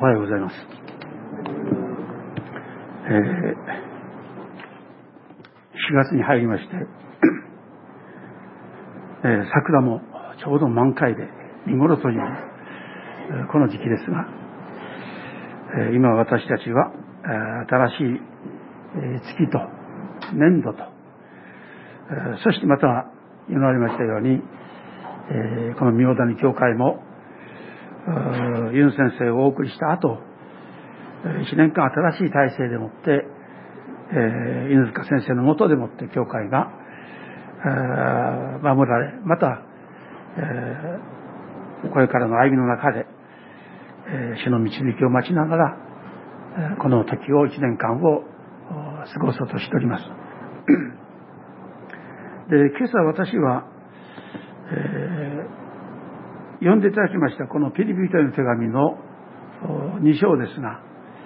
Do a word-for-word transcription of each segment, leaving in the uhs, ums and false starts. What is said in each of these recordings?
おはようございます。えー、しがつに入りまして、えー、桜もちょうど満開で見頃という、えー、この時期ですが、えー、今私たちは、えー、新しい、えー、月と年度と、えー、そしてまた言われましたように、えー、この御代谷教会もユン先生をお送りした後、いちねんかん新しい体制でもって、えー、犬塚先生の下でもって教会が、えー、守られ、また、えー、これからの歩みの中で、えー、主の導きを待ちながら、えー、この時をいちねんかんを過ごそうとしております。で、今朝私は、えー読んでいただきましたこのピリピリという手紙のに章ですが、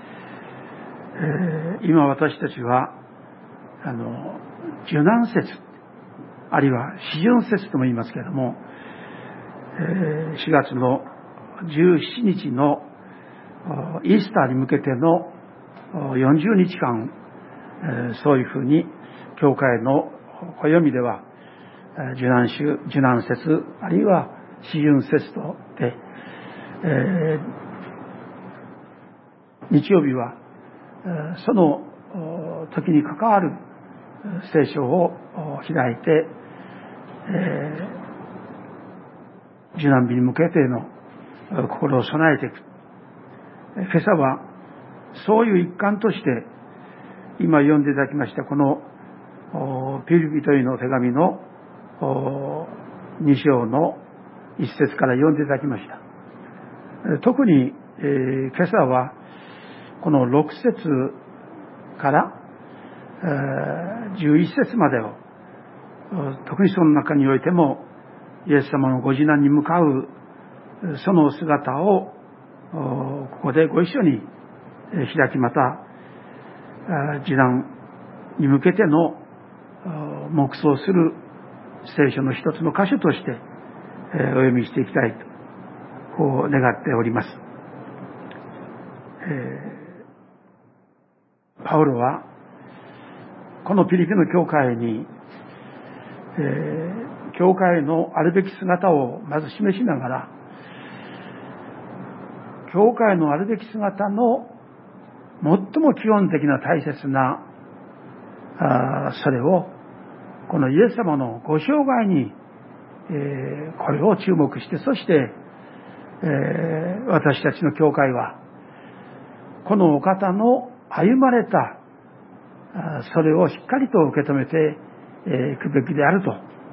えー、今私たちはあの受難節あるいは四旬節とも言いますけれども、えー、しがつのじゅうしちにちのイースターに向けてのよんじゅうにちかん、えー、そういうふうに教会の暦では受難週、受難節あるいは四旬節とで、えー、日曜日はその時に関わる聖書を開いて、えー、受難日に向けての心を備えていく。今朝はそういう一環として今読んでいただきましたこのピリピトイの手紙のに章の一節から読んでいただきました。特に、えー、今朝はこのろく節から、えー、じゅういち節までを、特にその中においてもイエス様のご次男に向かうその姿をここでご一緒に開き、また次男に向けての黙想する聖書の一つの箇所としてお読みしていきたいとこう願っております。えー、パウロはこのピリピの教会に、えー、教会のあるべき姿をまず示しながら、教会のあるべき姿の最も基本的な大切なあそれをこのイエス様のご生涯に、えー、これを注目して、そして、えー、私たちの教会はこのお方の歩まれたそれをしっかりと受け止めていくべきであると。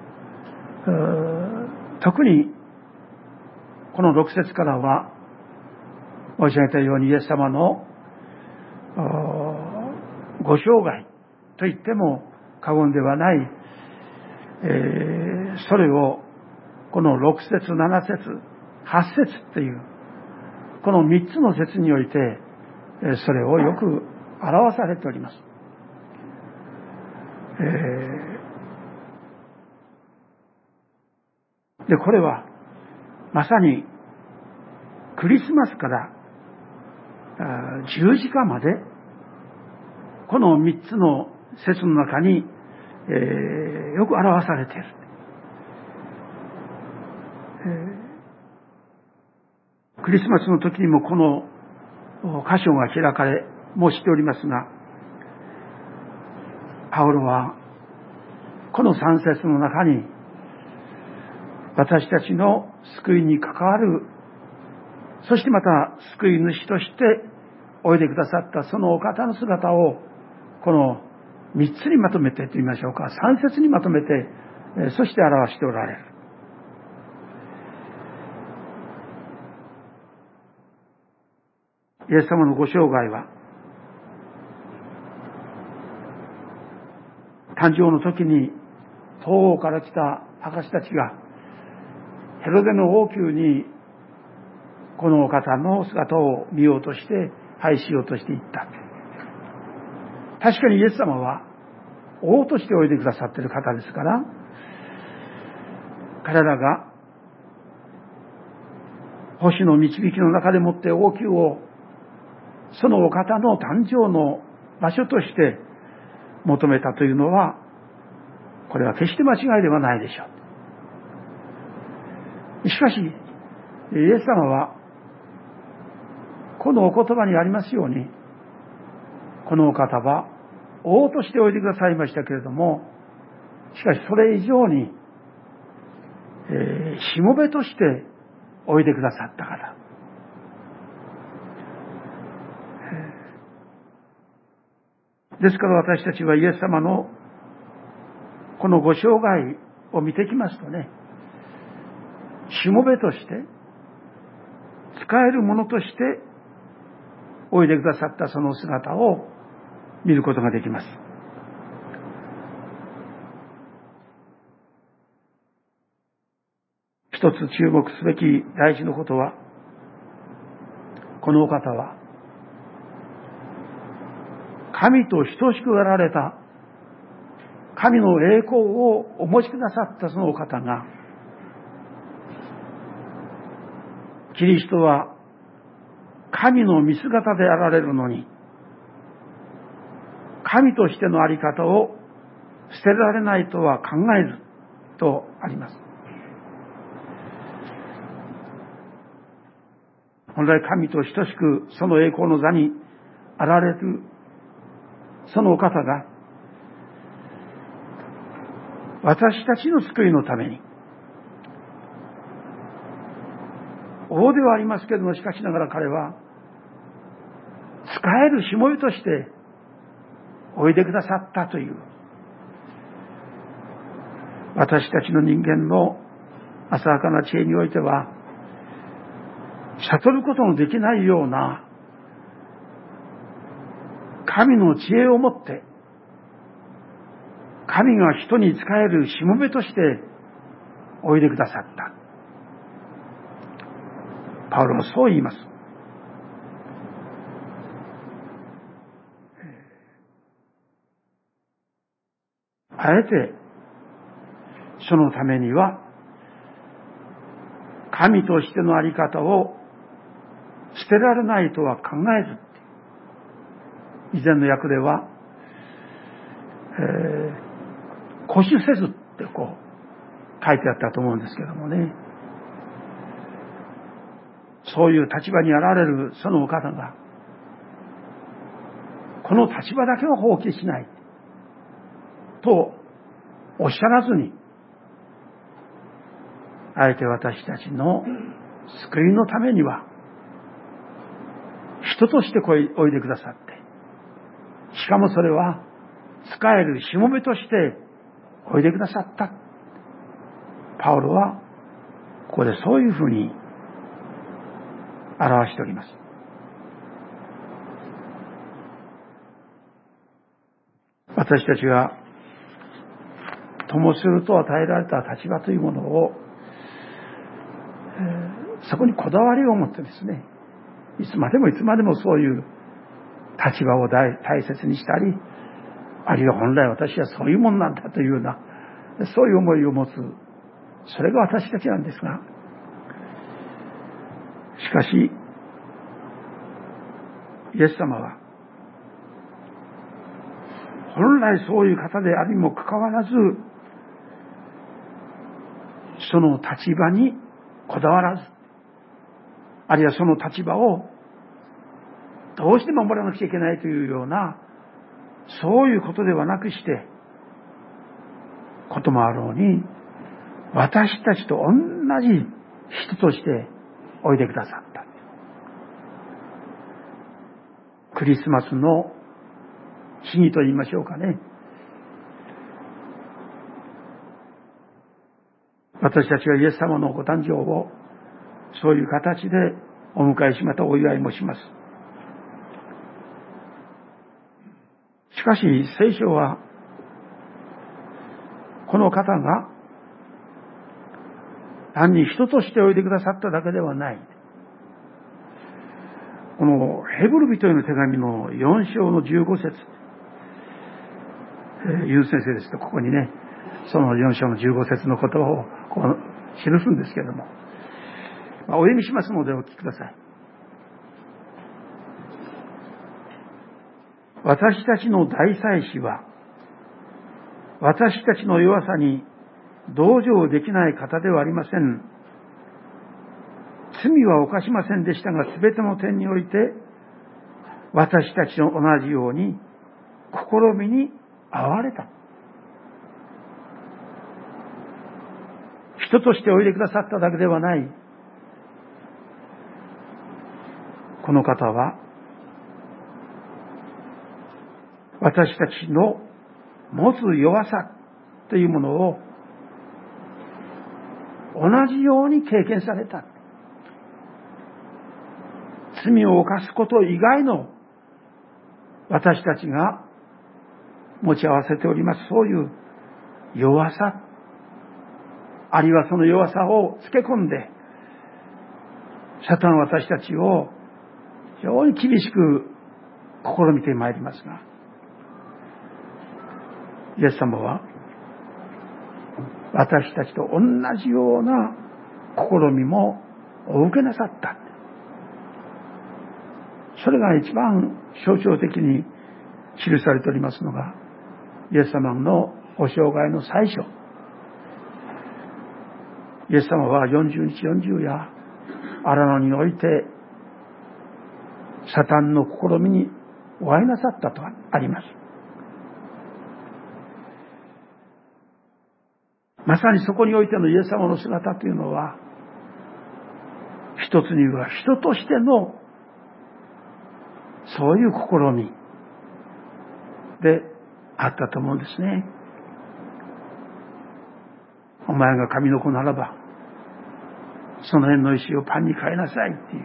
特にこのろく節からは申し上げたようにイエス様のご生涯と言っても過言ではない、えー、それをこのろく節、なな節、はち節というこのみっつの節においてそれをよく表されております。えー、でこれはまさにクリスマスから十字架までこのみっつの節の中に、えー、よく表されている、えー、クリスマスの時にもこの箇所が開かれもしておりますが、パウロはこのさん節の中に私たちの救いに関わる、そしてまた救い主としておいでくださったそのお方の姿をこのみっつにまとめてと言いましょうか、さん節にまとめて、そして表しておられる。イエス様のご生涯は誕生の時に東欧から来た博士たちがヘロデの王宮にこのお方の姿を見ようとして拝しようとしていった。確かにイエス様は王としておいでくださっている方ですから、彼らが星の導きの中でもって王宮をそのお方の誕生の場所として求めたというのは、これは決して間違いではないでしょう。しかし、イエス様は、このお言葉にありますように、このお方は王としておいでくださいましたけれども、しかしそれ以上に、えー、しもべとしておいでくださった方。ですから私たちはイエス様のこのご生涯を見てきますとね、しもべとして使えるものとしておいでくださったその姿を見ることができます。一つ注目すべき大事なことは、このお方は神と等しくあられた神の栄光をお持ちくださったそのお方が、キリストは神の見姿であられるのに、神としてのあり方を捨てられないとは考えずとあります。本来神と等しくその栄光の座にあられるそのお方が、私たちの救いのために、王ではありますけれども、しかしながら彼は使えるしもべとしておいでくださったという、私たちの人間の浅はかな知恵においては悟ることのできないような神の知恵をもって、神が人に仕えるしもべとしておいでくださった。パウロはそう言います。あえてそのためには神としてのあり方を捨てられないとは考えず、以前の訳では、えー、固守せずってこう書いてあったと思うんですけどもね、そういう立場にあられるそのお方が、この立場だけは放棄しないとおっしゃらずに、あえて私たちの救いのためには人としておいでくださって、しかもそれは使えるしもべとしておいでくださった。パウロはここでそういうふうに表しております。私たちがともすると与えられた立場というものを、えー、そこにこだわりを持ってですね、いつまでもいつまでもそういう立場を大切にしたり、あるいは本来私はそういうもんなんだというような、そういう思いを持つ、それが私たちなんですが、しかしイエス様は本来そういう方であるにもかかわらず、その立場にこだわらず、あるいはその立場をどうして守らなくちゃいけないというような、そういうことではなくしてこともあろうに、私たちと同じ人としておいでくださった。クリスマスの日にと言いましょうかね、私たちはイエス様のご誕生をそういう形でお迎えし、またお祝いもします。しかし聖書はこの方が単に人としておいでくださっただけではない。このヘブル人への手紙のよん章のじゅうご節、えー、ユウ先生ですとここにね、そのよん章のじゅうご節の言葉をこう記すんですけれども、まあ、お読みしますのでお聞きください。 私たちの大祭司は、私たちの弱さに同情できない方ではありません。罪は犯しませんでしたが、すべての点において、私たちと同じように、試みに遭われた。人としておいでくださっただけではない。この方は、私たちの持つ弱さというものを同じように経験された。罪を犯すこと以外の私たちが持ち合わせております、そういう弱さ、あるいはその弱さをつけ込んで、サタンは私たちを非常に厳しく試みてまいりますが、イエス様は私たちと同じような試みもお受けなさった。それが一番象徴的に記されておりますのが、イエス様のご生涯の最初。イエス様はよんじゅうにちよんじゅう夜、荒野においてサタンの試みにお会いなさったとあります。まさにそこにおいてのイエス様の姿というのは、一つには人としてのそういう試みであったと思うんですね。お前が神の子ならば、その辺の石をパンに変えなさいっていう。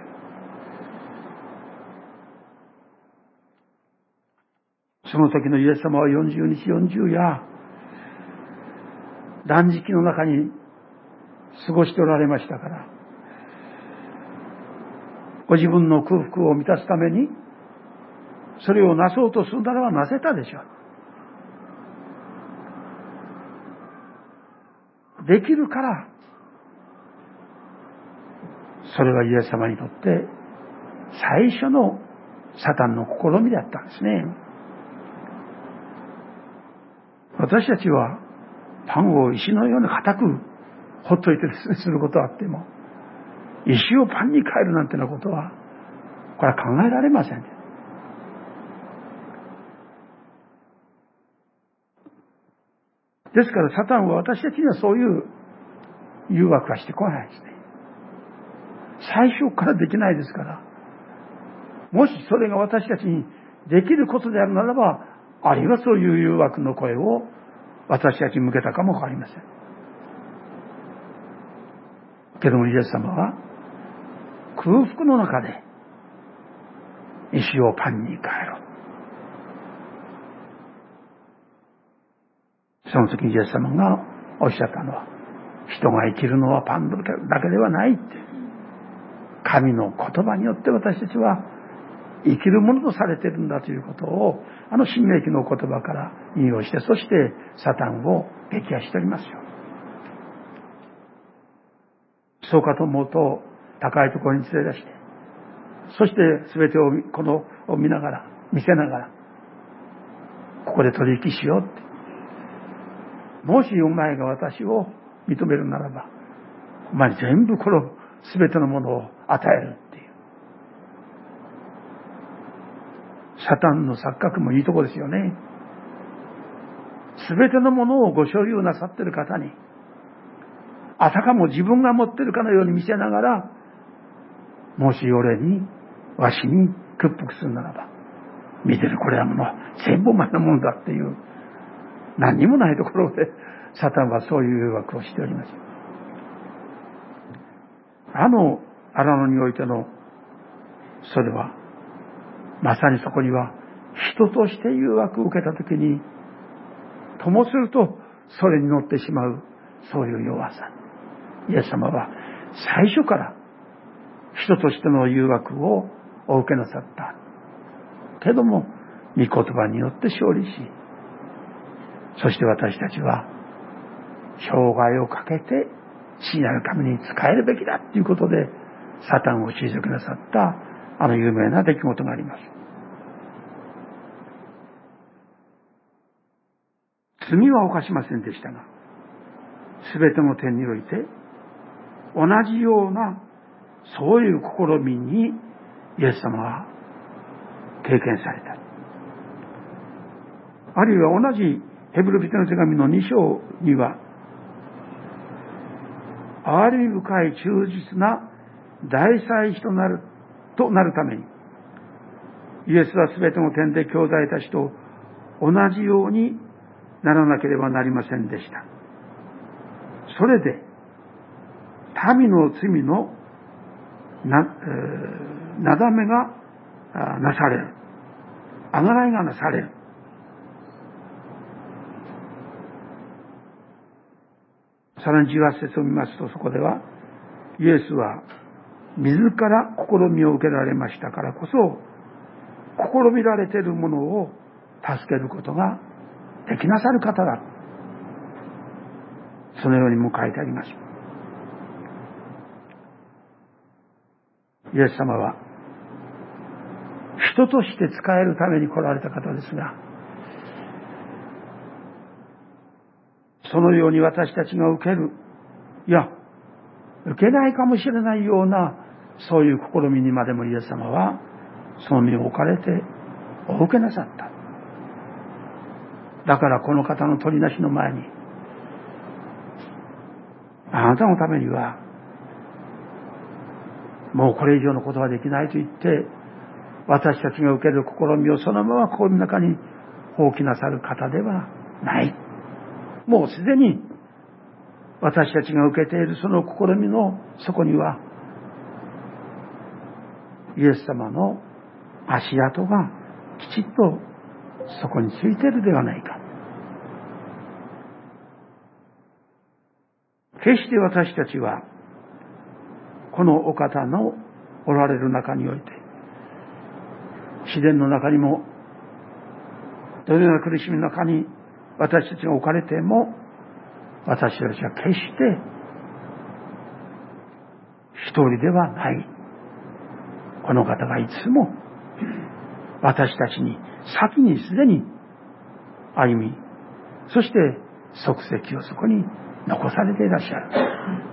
その時のイエス様はよんじゅうにちよんじゅう夜、断食の中に過ごしておられましたから、ご自分の空腹を満たすために、それをなそうとするならばなせたでしょう。できるから、それはイエス様にとって最初のサタンの試みだったんですね。私たちはパンを石のように固くほっといてすることはあっても、石をパンに変えるなんてなことは、これは考えられません。ですからサタンは私たちにはそういう誘惑はしてこないですね。最初からできないですから、もしそれが私たちにできることであるならば、あるいはそういう誘惑の声を私たちに向けたかもわかりません。けどもイエス様は空腹の中で石をパンに変えろ。その時にイエス様がおっしゃったのは、人が生きるのはパンだけではないって。神の言葉によって私たちは生きるものとされているんだということを、あの新明記の言葉から引用して、そしてサタンを撃破しておりますよ。そうかと思うと、高いところに連れ出して、そして全てをこのを見ながら、見せながら、ここで取引しようって。もしお前が私を認めるならば、お前に全部この全てのものを与えるっていう。サタンの錯覚もいいとこですよね。全てのものをご所有なさっている方に、あたかも自分が持っているかのように見せながら、もし俺に、わしに屈服するならば、見てるこれはもの全部お前のものだっていう、何にもないところでサタンはそういう誘惑をしております。あの荒野においてのそれはまさにそこには人として誘惑を受けたときに、ともするとそれに乗ってしまうそういう弱さ、イエス様は最初から人としての誘惑をお受けなさったけども、御言葉によって勝利し、そして私たちは生涯をかけて父なる神に仕えるべきだということでサタンを退けなさったあの有名な出来事があります。 罪は犯しませんでしたが、すべての点において同じようなそういう試みにイエス様は経験された。あるいは同じヘブル人の手紙のに章には、憐れみ深い忠実な大祭司となるとなるために、イエスはすべての点で兄弟たちと同じようにならなければなりませんでした。それで民の罪のな、えー、なだめがなされる、あがらいがなされる。さらにじゅうはち節を見ますと、そこではイエスは自ら試みを受けられましたからこそ、試みられているものを助けることができなさる方だ、そのようにも書いてあります。イエス様は人として仕えるために来られた方ですが、そのように私たちが受ける、いや受けないかもしれないようなそういう試みにまでもイエス様はその身を置かれてお受けなさった。だからこの方の取りなしの前に、あなたのためにはもうこれ以上のことはできないと言って、私たちが受ける試みをそのまま心の中に放棄なさる方ではない。もうすでに私たちが受けているその試みの底には、イエス様の足跡がきちっとそこについているではないか。決して私たちはこのお方のおられる中において、自然の中にもどのような苦しみの中に私たちが置かれても、私たちは決して一人ではない。この方がいつも私たちに先にすでに歩み、そして足跡をそこに残されていらっしゃる。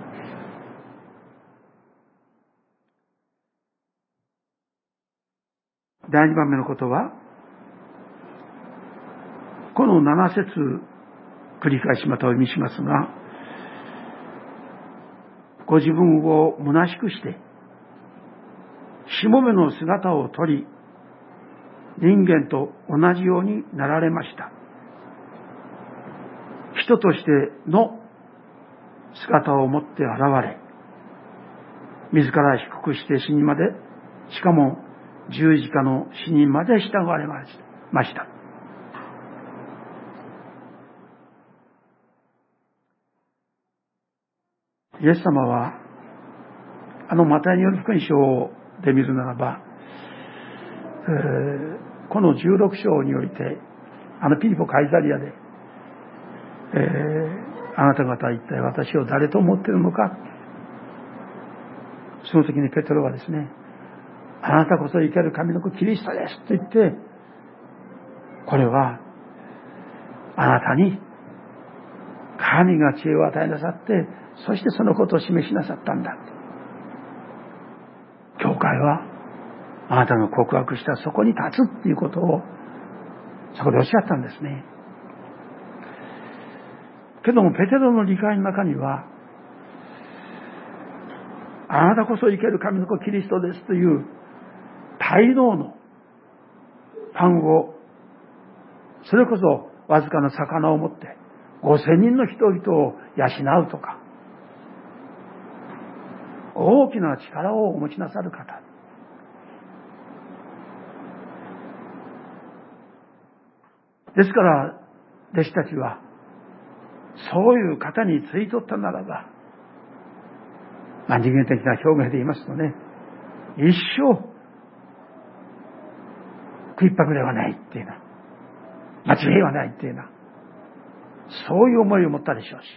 だいにばんめのことは、このなな節繰り返しまたお読みしますが、ご自分を虚しくしてしもべの姿をとり、人間と同じようになられました。人としての姿を持って現れ、自ら低くして死にまで、しかも十字架の死にまで従われました。イエス様はあのマタイによる福音書で見るならば、えー、このじゅうろく章において、あのピリポカイザリアで、えー、あなた方は一体私を誰と思っているのか。その時にペテロはですね、あなたこそ生ける神の子キリストですと言って、これはあなたに神が知恵を与えなさって、そしてそのことを示しなさったんだ。教会はあなたの告白したそこに立つっていうことをそこでおっしゃったんですね。けどもペテロの理解の中には、あなたこそ生ける神の子キリストですという大量の単語、それこそわずかな魚を持ってごせんにんの人々を養うとか、大きな力をお持ちなさる方ですから、弟子たちはそういう方についとったならば、まあ、人間的な表現で言いますとね、一生食いっぱぐれはないっていうな、間違いはないっていうな、そういう思いを持ったでしょうし、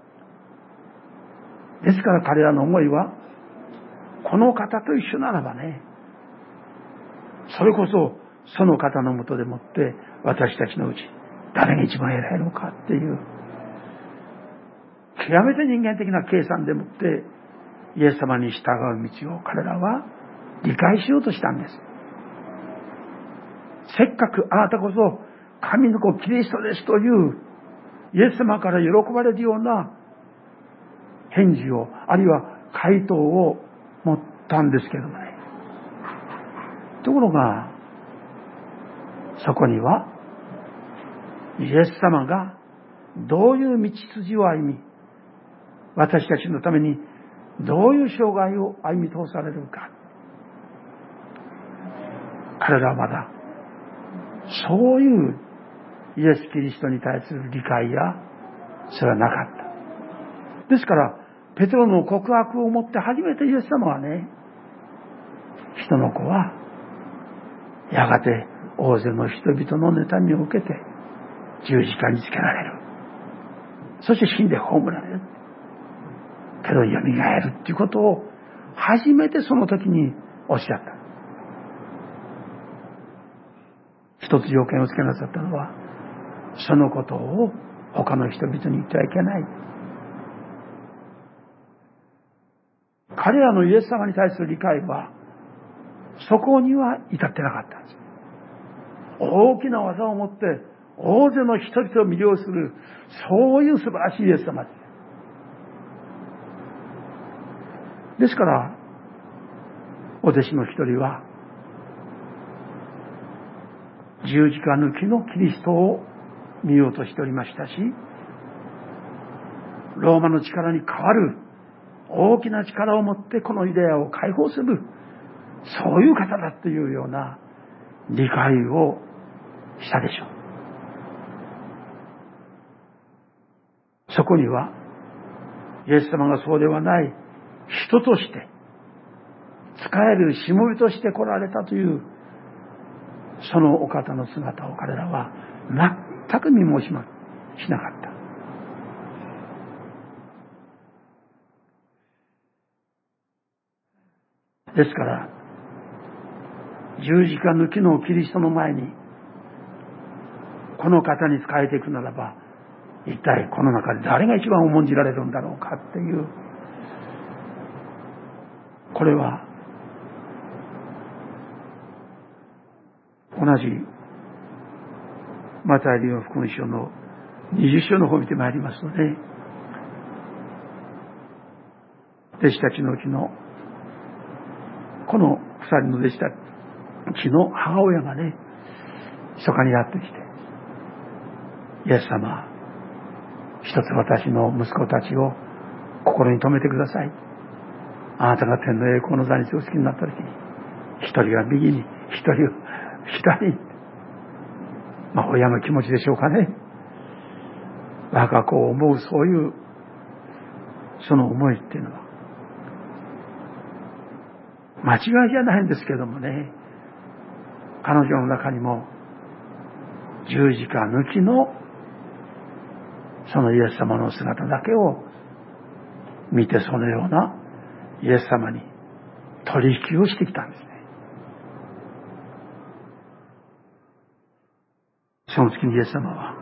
ですから彼らの思いはこの方と一緒ならばね、それこそその方のもとでもって私たちのうち誰が一番偉いのかっていう、極めて人間的な計算でもってイエス様に従う道を彼らは理解しようとしたんです。せっかくあなたこそ神の子キリストですというイエス様から喜ばれるような返事を、あるいは回答を持ったんですけどもね。ところがそこにはイエス様がどういう道筋を歩み、私たちのためにどういう生涯を歩み通されるか、彼らはまだそういうイエス・キリストに対する理解やそれはなかった。ですからペテロの告白をもって初めてイエス様はね、人の子はやがて大勢の人々の妬みを受けて十字架につけられる、そして死んで葬られるけどよみがえるっていうことを初めてその時におっしゃった。一つ条件をつけなさったのは、そのことを他の人々に言ってはいけない。彼らのイエス様に対する理解はそこには至ってなかったんです。大きな技を持って大勢の人々を魅了する、そういう素晴らしいイエス様です。ですからお弟子の一人は十字架抜きのキリストを見ようとしておりましたし、ローマの力に代わる大きな力を持ってこのユダヤを解放する、そういう方だというような理解をしたでしょう。そこにはイエス様がそうではない人として仕えるしもべとして来られたというそのお方の姿を彼らは全く見申しましなかった。ですから十字架抜きのキリストの前にこの方に仕えていくならば、一体この中で誰が一番重んじられるんだろうかっていう、これは同じマタイの福音書のにじゅっ章の方を見てまいりますとね、弟子たちのうちのこの二人の弟子たちの母親がね、密かにやってきて、イエス様、一つ私の息子たちを心に留めてください。あなたが天の栄光の座にお着きになった時に、一人は右に、一人は左に、まあ親の気持ちでしょうかね。我が子を思うそういうその思いっていうのは間違いじゃないんですけどもね、彼女の中にも十字架抜きのそのイエス様の姿だけを見て、そのようなイエス様に取引をしてきたんですね。その時にイエス様は、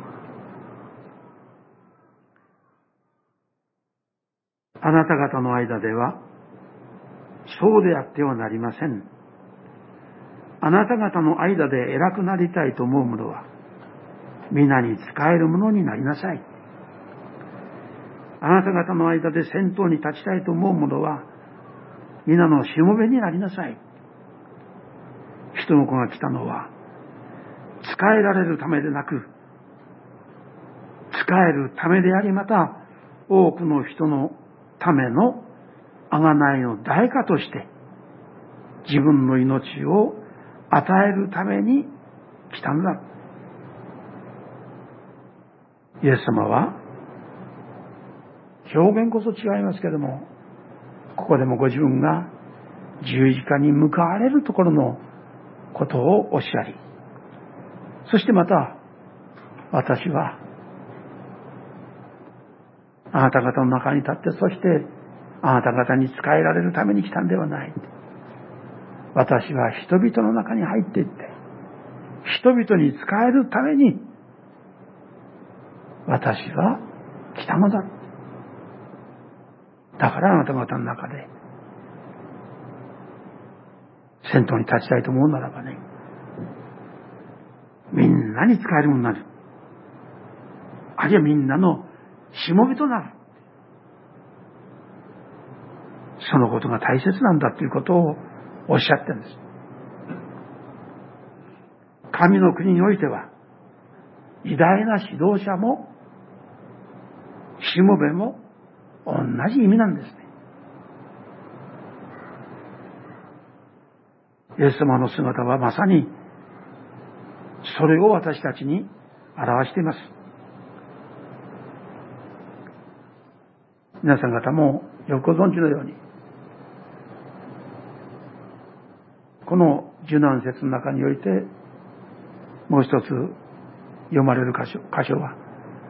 あなた方の間ではそうであってはなりません。あなた方の間で偉くなりたいと思う者は皆に仕える者になりなさい。あなた方の間で先頭に立ちたいと思う者は皆のしもべになりなさい。人の子が来たのは仕えられるためでなく、仕えるためであり、また多くの人のための贖いの代価として自分の命を与えるために来たのだ。イエス様は表現こそ違いますけれども、ここでもご自分が十字架に向かわれるところのことをおっしゃり、そしてまた私はあなた方の中に立って、そしてあなた方に仕えられるために来たんではない。私は人々の中に入っていって人々に仕えるために私は来たのだ。だからあなた方の中で先頭に立ちたいと思うならばね、みんなに使えるものになる。あるいはみんなのしもべとなる。そのことが大切なんだということをおっしゃってるんです。神の国においては偉大な指導者もしもべも同じ意味なんですね。イエス様の姿はまさにそれを私たちに表しています。皆さん方もよくご存知のように、この受難節の中においてもう一つ読まれる箇所、箇所は、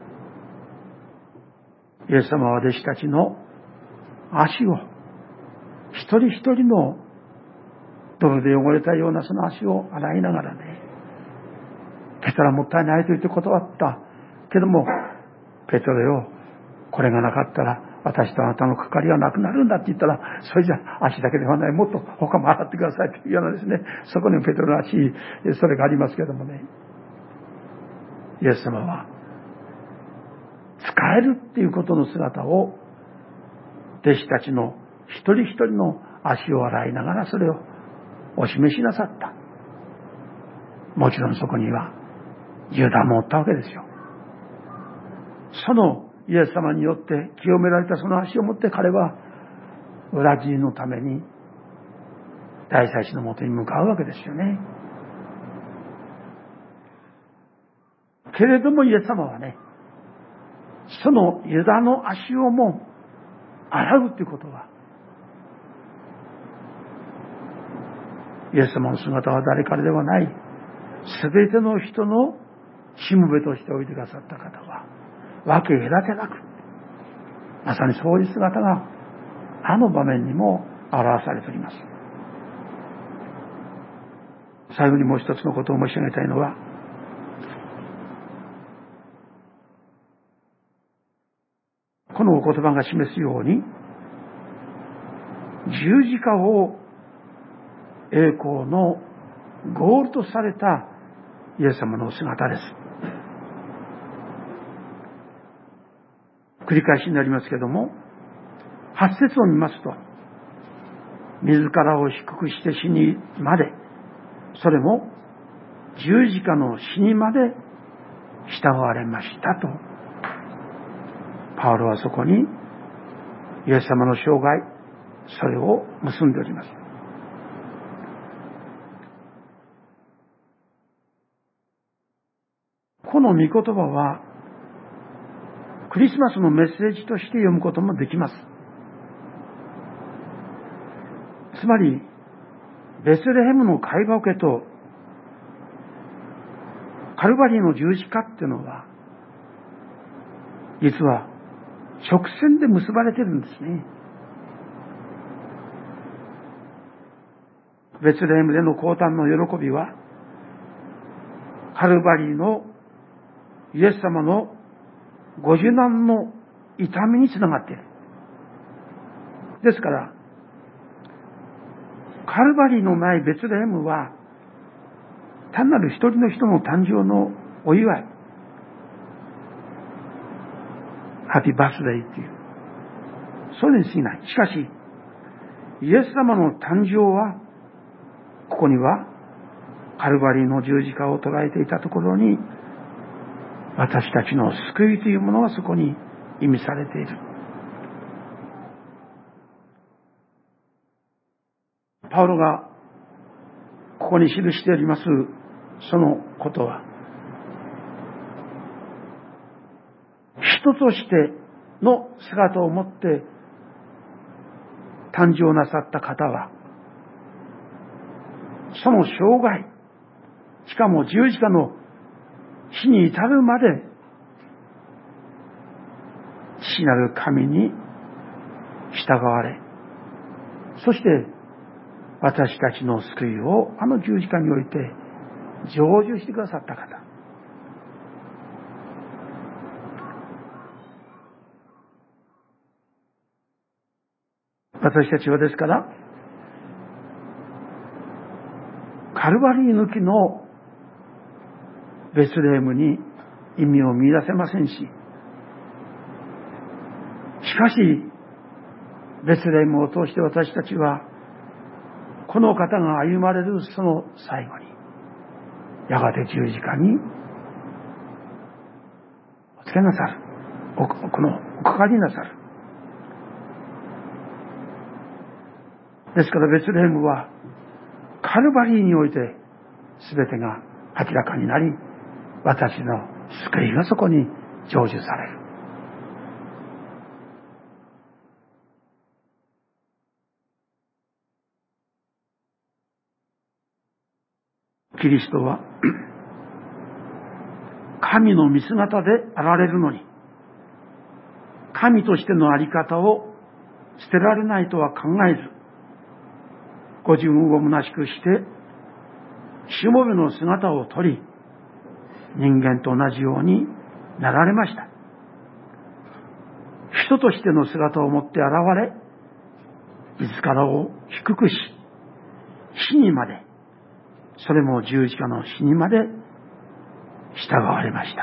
イエス様は弟子たちの足を、一人一人の泥で汚れたようなその足を洗いながらね、ペテロはもったいないと言って断ったけども、ペテロよ、これがなかったら私とあなたの関わりはなくなるんだって言ったら、それじゃ足だけではない、もっと他も洗ってくださいというようなですね、そこにペテロの足、それがありますけどもね、イエス様は使えるっていうことの姿を弟子たちの一人一人の足を洗いながらそれをお示しなさった。もちろんそこにはユダもおったわけですよ。そのイエス様によって清められたその足を持って彼は裏切りのために大祭司のもとに向かうわけですよね。けれどもイエス様はね、そのユダの足をも洗うということは、イエス様の姿は誰からではない、すべての人のしもべとしておいてくださった方は分け隔てなく、まさにそういう姿があの場面にも表されております。最後にもう一つのことを申し上げたいのは、このお言葉が示すように、十字架を栄光のゴールとされたイエス様の姿です。繰り返しになりますけれども、八節を見ますと、自らを低くして死にまで、それも十字架の死にまで従われましたと、パウロはそこにイエス様の生涯、それを結んでおります。この御言葉はクリスマスのメッセージとして読むこともできます。つまりベツレヘムの貝羽桶とカルバリーの十字架っていうのは実は直線で結ばれているんですね。ベツレヘムでの降誕の喜びはカルバリーのイエス様のご受難の痛みにつながっている。ですからカルバリーのないベツレヘムは単なる一人の人の誕生のお祝い、ハッピーバースデーっていう、それに過ぎない。しかしイエス様の誕生は、ここにはカルバリーの十字架を捉えていたところに、私たちの救いというものがそこに意味されている。パウロがここに記しておりますそのことは、人としての姿を持って誕生なさった方は、その生涯、しかも十字架の死に至るまで父なる神に従われ、そして私たちの救いをあの十字架において成就してくださった方。 私たちはですから、カルバリー抜きのベツレヘムに意味を見出せませんし、しかしベツレヘムを通して私たちはこの方が歩まれるその最後にやがて十字架におつけなさる、おこのおかかりなさる。ですからベツレヘムはカルバリーにおいて全てが明らかになり、私の救いがそこに成就される。キリストは神の見姿であられるのに、神としてのあり方を捨てられないとは考えず、ご自分を虚しくしてしもべの姿をとり、人間と同じようになられました。人としての姿を持って現れ、自らを低くし、死にまで、それも十字架の死にまで従われました。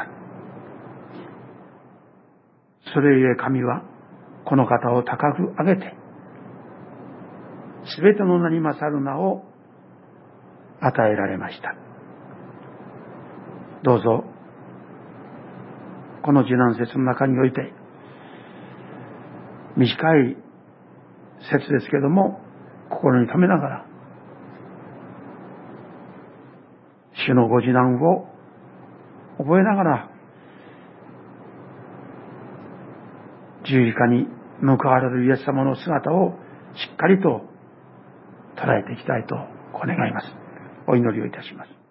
それゆえ神はこの方を高く上げて、すべての名に勝る名を与えられました。どうぞこの受難節の中において、短い節ですけども心に留めながら、主のご受難を覚えながら、十字架に向かわれるイエス様の姿をしっかりと捉えていきたいと願います。お祈りをいたします。